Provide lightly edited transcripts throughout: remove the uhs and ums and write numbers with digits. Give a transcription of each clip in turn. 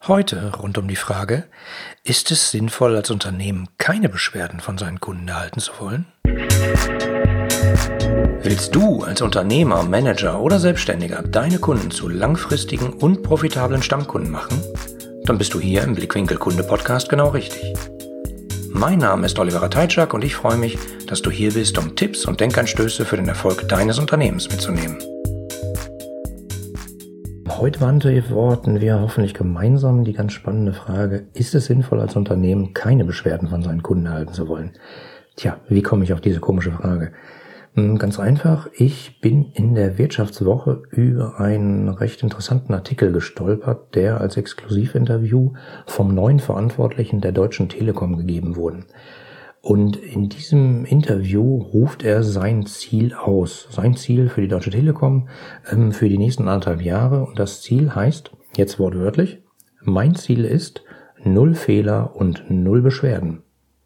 Heute rund um die Frage, ist es sinnvoll, als Unternehmen keine Beschwerden von seinen Kunden erhalten zu wollen? Willst du als Unternehmer, Manager oder Selbstständiger deine Kunden zu langfristigen und profitablen Stammkunden machen? Dann bist du hier im Blickwinkel Kunde Podcast genau richtig. Mein Name ist Oliver Ratajczak und ich freue mich, dass du hier bist, um Tipps und Denkanstöße für den Erfolg deines Unternehmens mitzunehmen. Heute beantworten wir hoffentlich gemeinsam die ganz spannende Frage, ist es sinnvoll, als Unternehmen keine Beschwerden von seinen Kunden erhalten zu wollen? Tja, wie komme ich auf diese komische Frage? Ganz einfach, ich bin in der Wirtschaftswoche über einen recht interessanten Artikel gestolpert, der als Exklusivinterview vom neuen Verantwortlichen der Deutschen Telekom gegeben wurde. Und in diesem Interview ruft er sein Ziel aus. Sein Ziel für die Deutsche Telekom für die nächsten 1,5 Jahre. Und das Ziel heißt, jetzt wortwörtlich, mein Ziel ist 0 Fehler und 0 Beschwerden.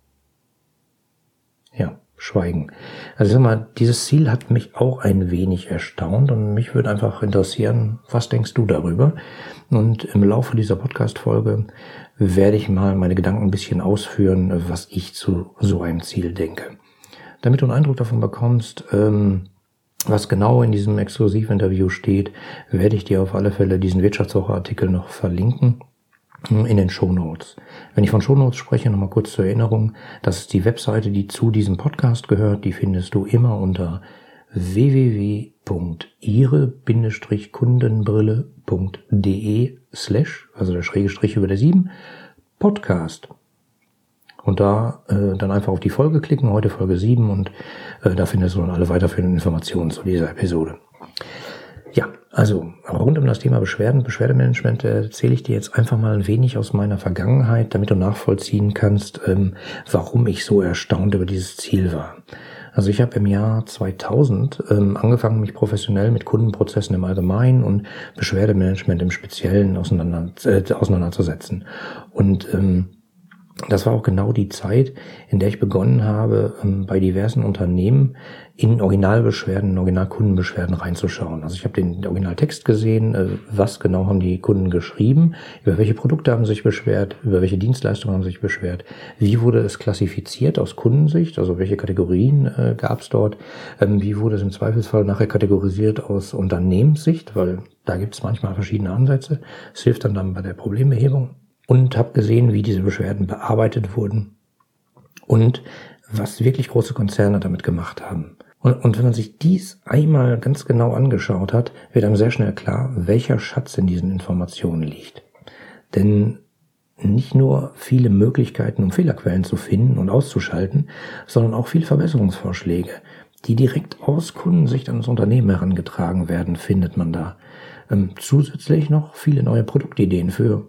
Ja, Schweigen. Also ich sag mal, dieses Ziel hat mich auch ein wenig erstaunt und mich würde einfach interessieren, was denkst du darüber? Und im Laufe dieser Podcast-Folge werde ich mal meine Gedanken ein bisschen ausführen, was ich zu so einem Ziel denke. Damit du einen Eindruck davon bekommst, was genau in diesem Exklusivinterview steht, werde ich dir auf alle Fälle diesen Wirtschaftswoche-Artikel noch verlinken in den Shownotes. Wenn ich von Shownotes spreche, nochmal kurz zur Erinnerung, das ist die Webseite, die zu diesem Podcast gehört, die findest du immer unter www.ihre-kundenbrille.de/ also der Schrägestrich über der 7, Podcast. Und da dann einfach auf die Folge klicken, heute Folge 7 und da findest du dann alle weiterführenden Informationen zu dieser Episode. Ja, also rund um das Thema Beschwerdemanagement erzähle ich dir jetzt einfach mal ein wenig aus meiner Vergangenheit, damit du nachvollziehen kannst, warum ich so erstaunt über dieses Ziel war. Also ich habe im Jahr 2000 angefangen, mich professionell mit Kundenprozessen im Allgemeinen und Beschwerdemanagement im Speziellen auseinanderzusetzen. Und das war auch genau die Zeit, in der ich begonnen habe, bei diversen Unternehmen in Originalbeschwerden, Originalkundenbeschwerden reinzuschauen. Also ich habe den Originaltext gesehen, was genau haben die Kunden geschrieben, über welche Produkte haben sie sich beschwert, über welche Dienstleistungen haben sie sich beschwert, wie wurde es klassifiziert aus Kundensicht, also welche Kategorien gab es dort, wie wurde es im Zweifelsfall nachher kategorisiert aus Unternehmenssicht, weil da gibt es manchmal verschiedene Ansätze. Es hilft dann bei der Problembehebung. Und habe gesehen, wie diese Beschwerden bearbeitet wurden und was wirklich große Konzerne damit gemacht haben. Und wenn man sich dies einmal ganz genau angeschaut hat, wird einem sehr schnell klar, welcher Schatz in diesen Informationen liegt. Denn nicht nur viele Möglichkeiten, um Fehlerquellen zu finden und auszuschalten, sondern auch viele Verbesserungsvorschläge, die direkt aus Kundensicht an das Unternehmen herangetragen werden, findet man da. Zusätzlich noch viele neue Produktideen für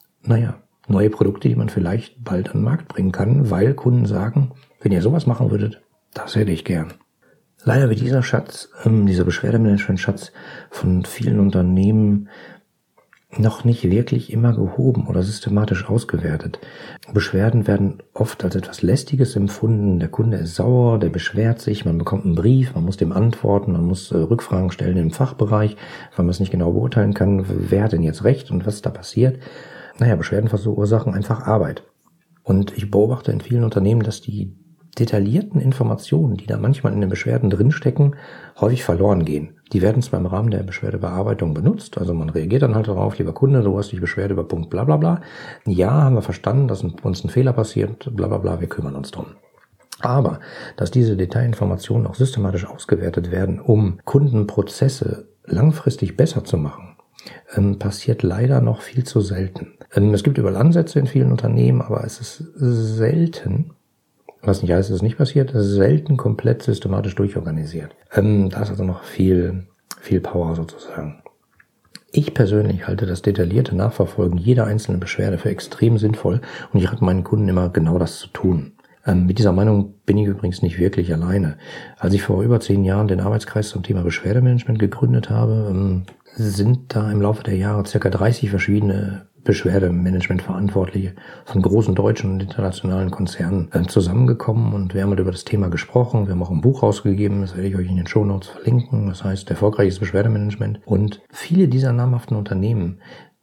neue Produkte, die man vielleicht bald an den Markt bringen kann, weil Kunden sagen, wenn ihr sowas machen würdet, das hätte ich gern. Leider wird dieser Schatz, dieser Beschwerdemanagement-Schatz von vielen Unternehmen noch nicht wirklich immer gehoben oder systematisch ausgewertet. Beschwerden werden oft als etwas Lästiges empfunden. Der Kunde ist sauer, der beschwert sich, man bekommt einen Brief, man muss dem antworten, man muss Rückfragen stellen im Fachbereich, weil man es nicht genau beurteilen kann, wer hat denn jetzt recht und was ist da passiert. Beschwerden verursachen einfach Arbeit. Und ich beobachte in vielen Unternehmen, dass die detaillierten Informationen, die da manchmal in den Beschwerden drinstecken, häufig verloren gehen. Die werden zwar im Rahmen der Beschwerdebearbeitung benutzt, also man reagiert dann halt darauf, lieber Kunde, du hast dich beschwert über Punkt bla bla bla. Ja, haben wir verstanden, dass uns ein Fehler passiert, bla bla bla, wir kümmern uns drum. Aber, dass diese Detailinformationen auch systematisch ausgewertet werden, um Kundenprozesse langfristig besser zu machen, passiert leider noch viel zu selten. Es gibt überall Ansätze in vielen Unternehmen, aber es ist selten, was nicht heißt, es ist nicht passiert, es ist selten komplett systematisch durchorganisiert. Da ist also noch viel Power sozusagen. Ich persönlich halte das detaillierte Nachverfolgen jeder einzelnen Beschwerde für extrem sinnvoll und ich rate meinen Kunden immer genau das zu tun. Mit dieser Meinung bin ich übrigens nicht wirklich alleine. Als ich vor über 10 Jahren den Arbeitskreis zum Thema Beschwerdemanagement gegründet habe, sind da im Laufe der Jahre ca. 30 verschiedene Beschwerdemanagement-Verantwortliche von großen deutschen und internationalen Konzernen zusammengekommen und wir haben halt über das Thema gesprochen. Wir haben auch ein Buch rausgegeben, das werde ich euch in den Shownotes verlinken. Das heißt, erfolgreiches Beschwerdemanagement. Und viele dieser namhaften Unternehmen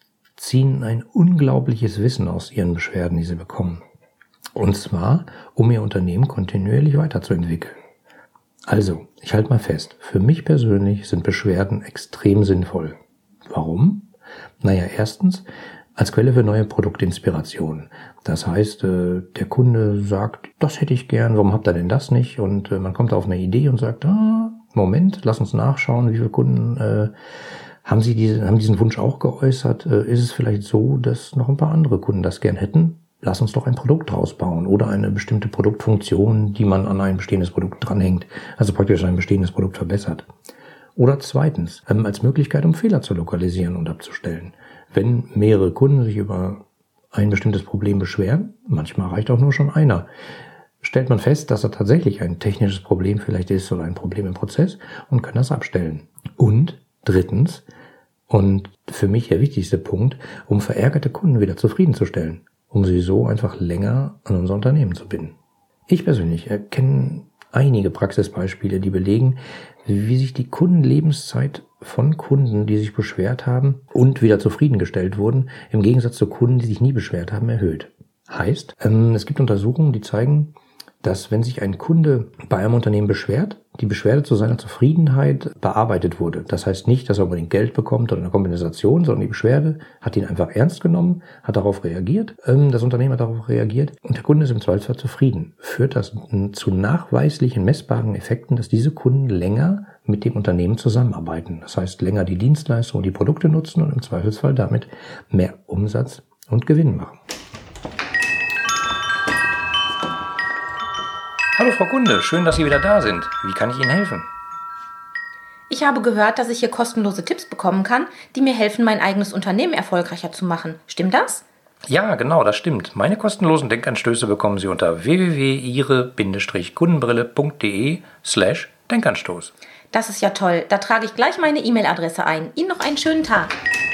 ziehen ein unglaubliches Wissen aus ihren Beschwerden, die sie bekommen. Und zwar, um ihr Unternehmen kontinuierlich weiterzuentwickeln. Also, ich halte mal fest, für mich persönlich sind Beschwerden extrem sinnvoll. Warum? Naja, erstens, als Quelle für neue Produktinspirationen. Das heißt, der Kunde sagt, das hätte ich gern, warum habt ihr denn das nicht? Und man kommt auf eine Idee und sagt, Moment, lass uns nachschauen, wie viele Kunden haben diesen Wunsch auch geäußert? Ist es vielleicht so, dass noch ein paar andere Kunden das gern hätten? Lass uns doch ein Produkt draus bauen oder eine bestimmte Produktfunktion, die man an ein bestehendes Produkt dranhängt, also praktisch ein bestehendes Produkt verbessert. Oder zweitens, als Möglichkeit, um Fehler zu lokalisieren und abzustellen. Wenn mehrere Kunden sich über ein bestimmtes Problem beschweren, manchmal reicht auch nur schon einer, stellt man fest, dass da tatsächlich ein technisches Problem vielleicht ist oder ein Problem im Prozess und kann das abstellen. Und drittens, und für mich der wichtigste Punkt, um verärgerte Kunden wieder zufriedenzustellen, um sie so einfach länger an unser Unternehmen zu binden. Ich persönlich kenne einige Praxisbeispiele, die belegen, wie sich die Kundenlebenszeit von Kunden, die sich beschwert haben und wieder zufriedengestellt wurden, im Gegensatz zu Kunden, die sich nie beschwert haben, erhöht. Heißt, es gibt Untersuchungen, die zeigen, dass wenn sich ein Kunde bei einem Unternehmen beschwert, die Beschwerde zu seiner Zufriedenheit bearbeitet wurde. Das heißt nicht, dass er unbedingt Geld bekommt oder eine Kompensation, sondern die Beschwerde hat ihn einfach ernst genommen, hat darauf reagiert, das Unternehmen hat darauf reagiert und der Kunde ist im Zweifelsfall zufrieden. Führt das zu nachweislichen, messbaren Effekten, dass diese Kunden länger mit dem Unternehmen zusammenarbeiten. Das heißt, länger die Dienstleistung und die Produkte nutzen und im Zweifelsfall damit mehr Umsatz und Gewinn machen. Hallo Frau Kunde, schön, dass Sie wieder da sind. Wie kann ich Ihnen helfen? Ich habe gehört, dass ich hier kostenlose Tipps bekommen kann, die mir helfen, mein eigenes Unternehmen erfolgreicher zu machen. Stimmt das? Ja, genau, das stimmt. Meine kostenlosen Denkanstöße bekommen Sie unter www.ihre-kundenbrille.de/Denkanstoß. Das ist ja toll. Da trage ich gleich meine E-Mail-Adresse ein. Ihnen noch einen schönen Tag.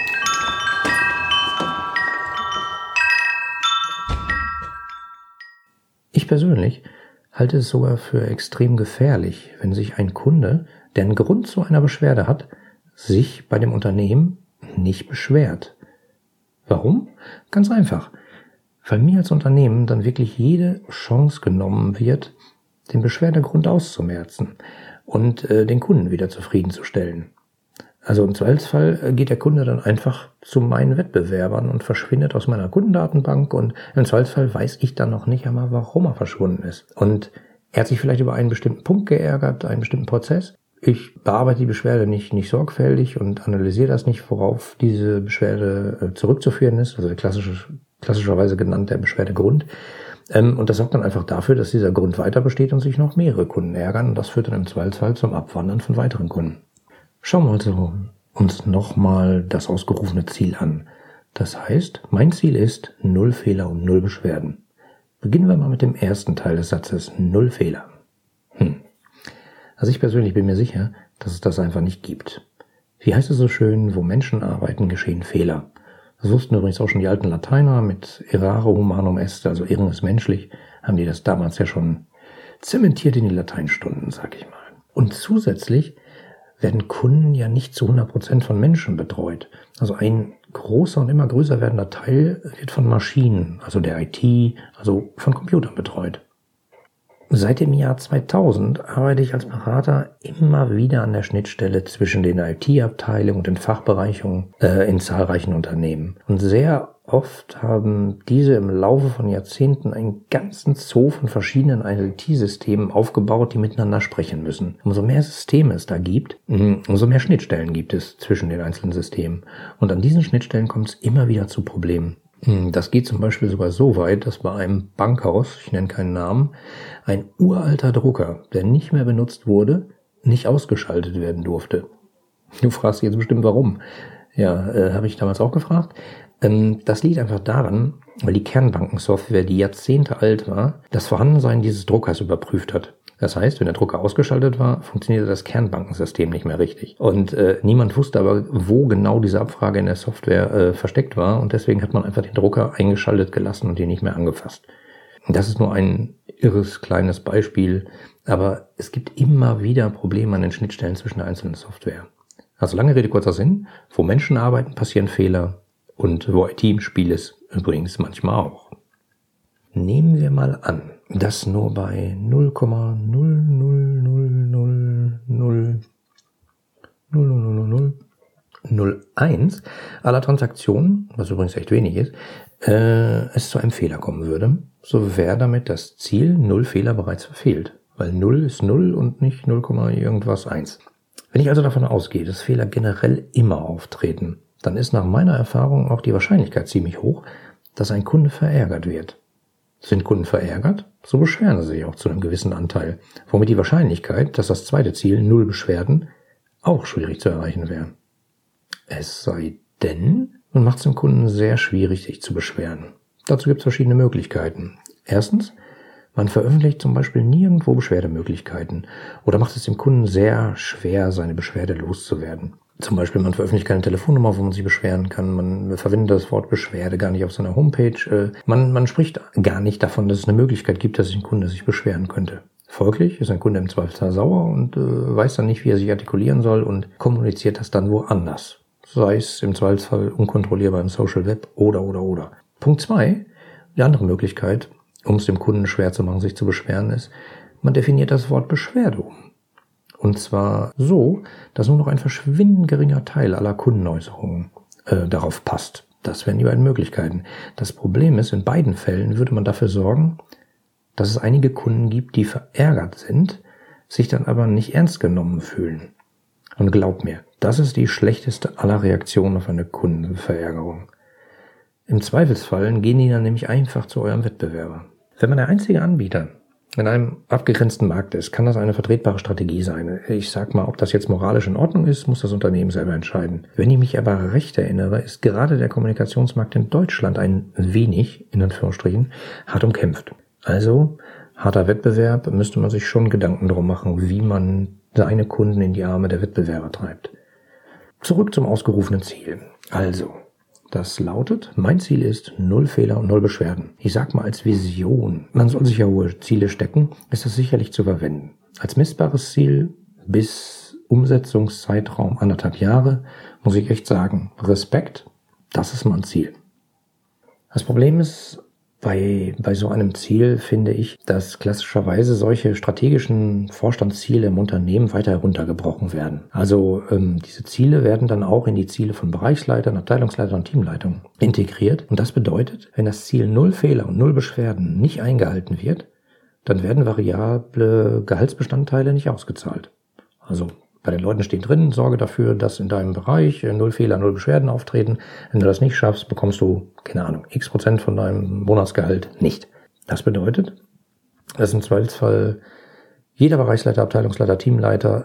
Ich persönlich halte es sogar für extrem gefährlich, wenn sich ein Kunde, der einen Grund zu einer Beschwerde hat, sich bei dem Unternehmen nicht beschwert. Warum? Ganz einfach. Weil mir als Unternehmen dann wirklich jede Chance genommen wird, den Beschwerdegrund auszumerzen und den Kunden wieder zufriedenzustellen. Also im Zweifelsfall geht der Kunde dann einfach zu meinen Wettbewerbern und verschwindet aus meiner Kundendatenbank und im Zweifelsfall weiß ich dann noch nicht einmal, warum er verschwunden ist. Und er hat sich vielleicht über einen bestimmten Punkt geärgert, einen bestimmten Prozess. Ich bearbeite die Beschwerde nicht sorgfältig und analysiere das nicht, worauf diese Beschwerde zurückzuführen ist, also der klassischerweise genannt der Beschwerdegrund. Und das sorgt dann einfach dafür, dass dieser Grund weiter besteht und sich noch mehrere Kunden ärgern und das führt dann im Zweifelsfall zum Abwandern von weiteren Kunden. Schauen wir also uns nochmal das ausgerufene Ziel an. Das heißt, mein Ziel ist 0 Fehler und 0 Beschwerden. Beginnen wir mal mit dem ersten Teil des Satzes, 0 Fehler. Also ich persönlich bin mir sicher, dass es das einfach nicht gibt. Wie heißt es so schön, wo Menschen arbeiten, geschehen Fehler. Das wussten übrigens auch schon die alten Lateiner mit errare humanum est, also Irren ist menschlich, haben die das damals ja schon zementiert in die Lateinstunden, sag ich mal. Und zusätzlich werden Kunden ja nicht zu 100% von Menschen betreut. Also ein großer und immer größer werdender Teil wird von Maschinen, also der IT, also von Computern betreut. Seit dem Jahr 2000 arbeite ich als Berater immer wieder an der Schnittstelle zwischen den IT-Abteilungen und den Fachbereichen in zahlreichen Unternehmen. Und sehr oft haben diese im Laufe von Jahrzehnten einen ganzen Zoo von verschiedenen IT-Systemen aufgebaut, die miteinander sprechen müssen. Umso mehr Systeme es da gibt, umso mehr Schnittstellen gibt es zwischen den einzelnen Systemen. Und an diesen Schnittstellen kommt es immer wieder zu Problemen. Das geht zum Beispiel sogar so weit, dass bei einem Bankhaus, ich nenne keinen Namen, ein uralter Drucker, der nicht mehr benutzt wurde, nicht ausgeschaltet werden durfte. Du fragst dich jetzt bestimmt, warum. Ja, habe ich damals auch gefragt. Das liegt einfach daran, weil die Kernbankensoftware, die Jahrzehnte alt war, das Vorhandensein dieses Druckers überprüft hat. Das heißt, wenn der Drucker ausgeschaltet war, funktionierte das Kernbankensystem nicht mehr richtig. Und niemand wusste aber, wo genau diese Abfrage in der Software versteckt war. Und deswegen hat man einfach den Drucker eingeschaltet gelassen und ihn nicht mehr angefasst. Und das ist nur ein irres kleines Beispiel. Aber es gibt immer wieder Probleme an den Schnittstellen zwischen der einzelnen Software. Also lange Rede, kurzer Sinn. Wo Menschen arbeiten, passieren Fehler. Und wo IT im Spiel ist, übrigens manchmal auch. Nehmen wir mal an, dass nur bei 0,0000001 aller Transaktionen, was übrigens echt wenig ist, es zu einem Fehler kommen würde, so wäre damit das Ziel 0 Fehler bereits verfehlt. Weil 0 ist 0 und nicht 0, irgendwas 1. Wenn ich also davon ausgehe, dass Fehler generell immer auftreten, dann ist nach meiner Erfahrung auch die Wahrscheinlichkeit ziemlich hoch, dass ein Kunde verärgert wird. Sind Kunden verärgert, so beschweren sie sich auch zu einem gewissen Anteil, womit die Wahrscheinlichkeit, dass das zweite Ziel 0 Beschwerden auch schwierig zu erreichen wäre. Es sei denn, man macht es dem Kunden sehr schwierig, sich zu beschweren. Dazu gibt es verschiedene Möglichkeiten. Erstens, man veröffentlicht zum Beispiel nirgendwo Beschwerdemöglichkeiten oder macht es dem Kunden sehr schwer, seine Beschwerde loszuwerden. Zum Beispiel, man veröffentlicht keine Telefonnummer, wo man sich beschweren kann. Man verwendet das Wort Beschwerde gar nicht auf seiner Homepage. Man spricht gar nicht davon, dass es eine Möglichkeit gibt, dass sich ein Kunde sich beschweren könnte. Folglich ist ein Kunde im Zweifelsfall sauer und weiß dann nicht, wie er sich artikulieren soll und kommuniziert das dann woanders. Sei es im Zweifelsfall unkontrollierbar im Social Web oder. Punkt 2, die andere Möglichkeit, um es dem Kunden schwer zu machen, sich zu beschweren, ist, man definiert das Wort Beschwerde um. Und zwar so, dass nur noch ein verschwindend geringer Teil aller Kundenäußerungen darauf passt. Das wären die beiden Möglichkeiten. Das Problem ist, in beiden Fällen würde man dafür sorgen, dass es einige Kunden gibt, die verärgert sind, sich dann aber nicht ernst genommen fühlen. Und glaub mir, das ist die schlechteste aller Reaktionen auf eine Kundenverärgerung. Im Zweifelsfall gehen die dann nämlich einfach zu eurem Wettbewerber. Wenn man der einzige Anbieter in einem abgegrenzten Markt ist, kann das eine vertretbare Strategie sein. Ich sag mal, ob das jetzt moralisch in Ordnung ist, muss das Unternehmen selber entscheiden. Wenn ich mich aber recht erinnere, ist gerade der Kommunikationsmarkt in Deutschland ein wenig, in Anführungsstrichen, hart umkämpft. Also, harter Wettbewerb, müsste man sich schon Gedanken darum machen, wie man seine Kunden in die Arme der Wettbewerber treibt. Zurück zum ausgerufenen Ziel. Also, das lautet, mein Ziel ist 0 Fehler und 0 Beschwerden. Ich sag mal als Vision, man soll sich ja hohe Ziele stecken, ist das sicherlich zu verwenden. Als messbares Ziel bis Umsetzungszeitraum 1,5 Jahre, muss ich echt sagen, Respekt, das ist mein Ziel. Das Problem ist, bei so einem Ziel finde ich, dass klassischerweise solche strategischen Vorstandsziele im Unternehmen weiter heruntergebrochen werden. Also diese Ziele werden dann auch in die Ziele von Bereichsleitern, Abteilungsleitern und Teamleitern integriert. Und das bedeutet, wenn das Ziel 0 Fehler und 0 Beschwerden nicht eingehalten wird, dann werden variable Gehaltsbestandteile nicht ausgezahlt. Also bei den Leuten steht drin, sorge dafür, dass in deinem Bereich 0 Fehler, 0 Beschwerden auftreten. Wenn du das nicht schaffst, bekommst du, keine Ahnung, x% von deinem Monatsgehalt nicht. Das bedeutet, dass im Zweifelsfall jeder Bereichsleiter, Abteilungsleiter, Teamleiter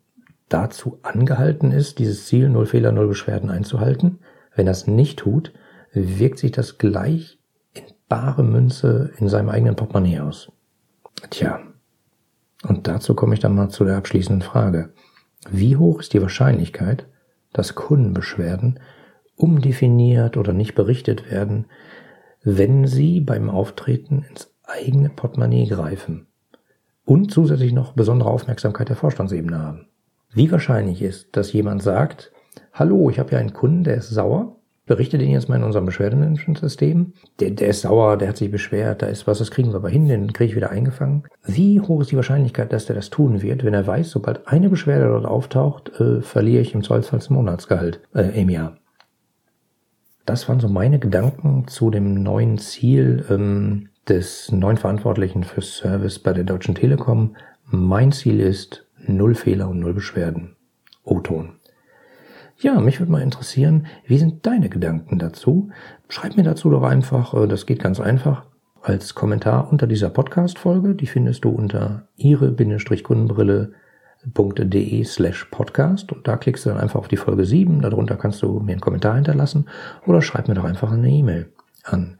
dazu angehalten ist, dieses Ziel 0 Fehler, 0 Beschwerden einzuhalten. Wenn er es nicht tut, wirkt sich das gleich in bare Münze in seinem eigenen Portemonnaie aus. Tja, und dazu komme ich dann mal zu der abschließenden Frage. Wie hoch ist die Wahrscheinlichkeit, dass Kundenbeschwerden umdefiniert oder nicht berichtet werden, wenn sie beim Auftreten ins eigene Portemonnaie greifen und zusätzlich noch besondere Aufmerksamkeit der Vorstandsebene haben? Wie wahrscheinlich ist, dass jemand sagt, hallo, ich habe hier einen Kunden, der ist sauer, berichte den jetzt mal in unserem Beschwerdemanagementsystem. Der ist sauer, der hat sich beschwert, da ist was, das kriegen wir aber hin, den kriege ich wieder eingefangen. Wie hoch ist die Wahrscheinlichkeit, dass der das tun wird, wenn er weiß, sobald eine Beschwerde dort auftaucht, verliere ich im Zweifelsfall das Monatsgehalt im Jahr? Das waren so meine Gedanken zu dem neuen Ziel des neuen Verantwortlichen für Service bei der Deutschen Telekom. Mein Ziel ist 0 Fehler und 0 Beschwerden. O-Ton. Ja, mich würde mal interessieren, wie sind deine Gedanken dazu? Schreib mir dazu doch einfach, das geht ganz einfach, als Kommentar unter dieser Podcast-Folge. Die findest du unter ihre-kundenbrille.de/podcast und da klickst du dann einfach auf die Folge 7. Darunter kannst du mir einen Kommentar hinterlassen oder schreib mir doch einfach eine E-Mail an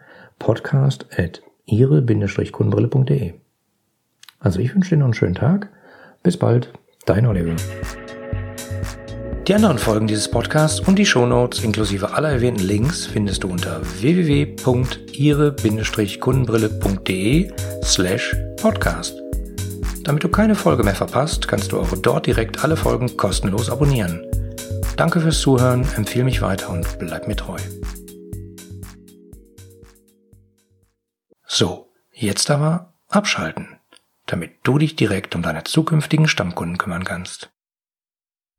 podcast@ihre-kundenbrille.de. Also ich wünsche dir noch einen schönen Tag. Bis bald, dein Oliver. Die anderen Folgen dieses Podcasts und die Shownotes inklusive aller erwähnten Links findest du unter www.ihre-kundenbrille.de/podcast. Damit du keine Folge mehr verpasst, kannst du auch dort direkt alle Folgen kostenlos abonnieren. Danke fürs Zuhören, empfehle mich weiter und bleib mir treu. So, jetzt aber abschalten, damit du dich direkt um deine zukünftigen Stammkunden kümmern kannst.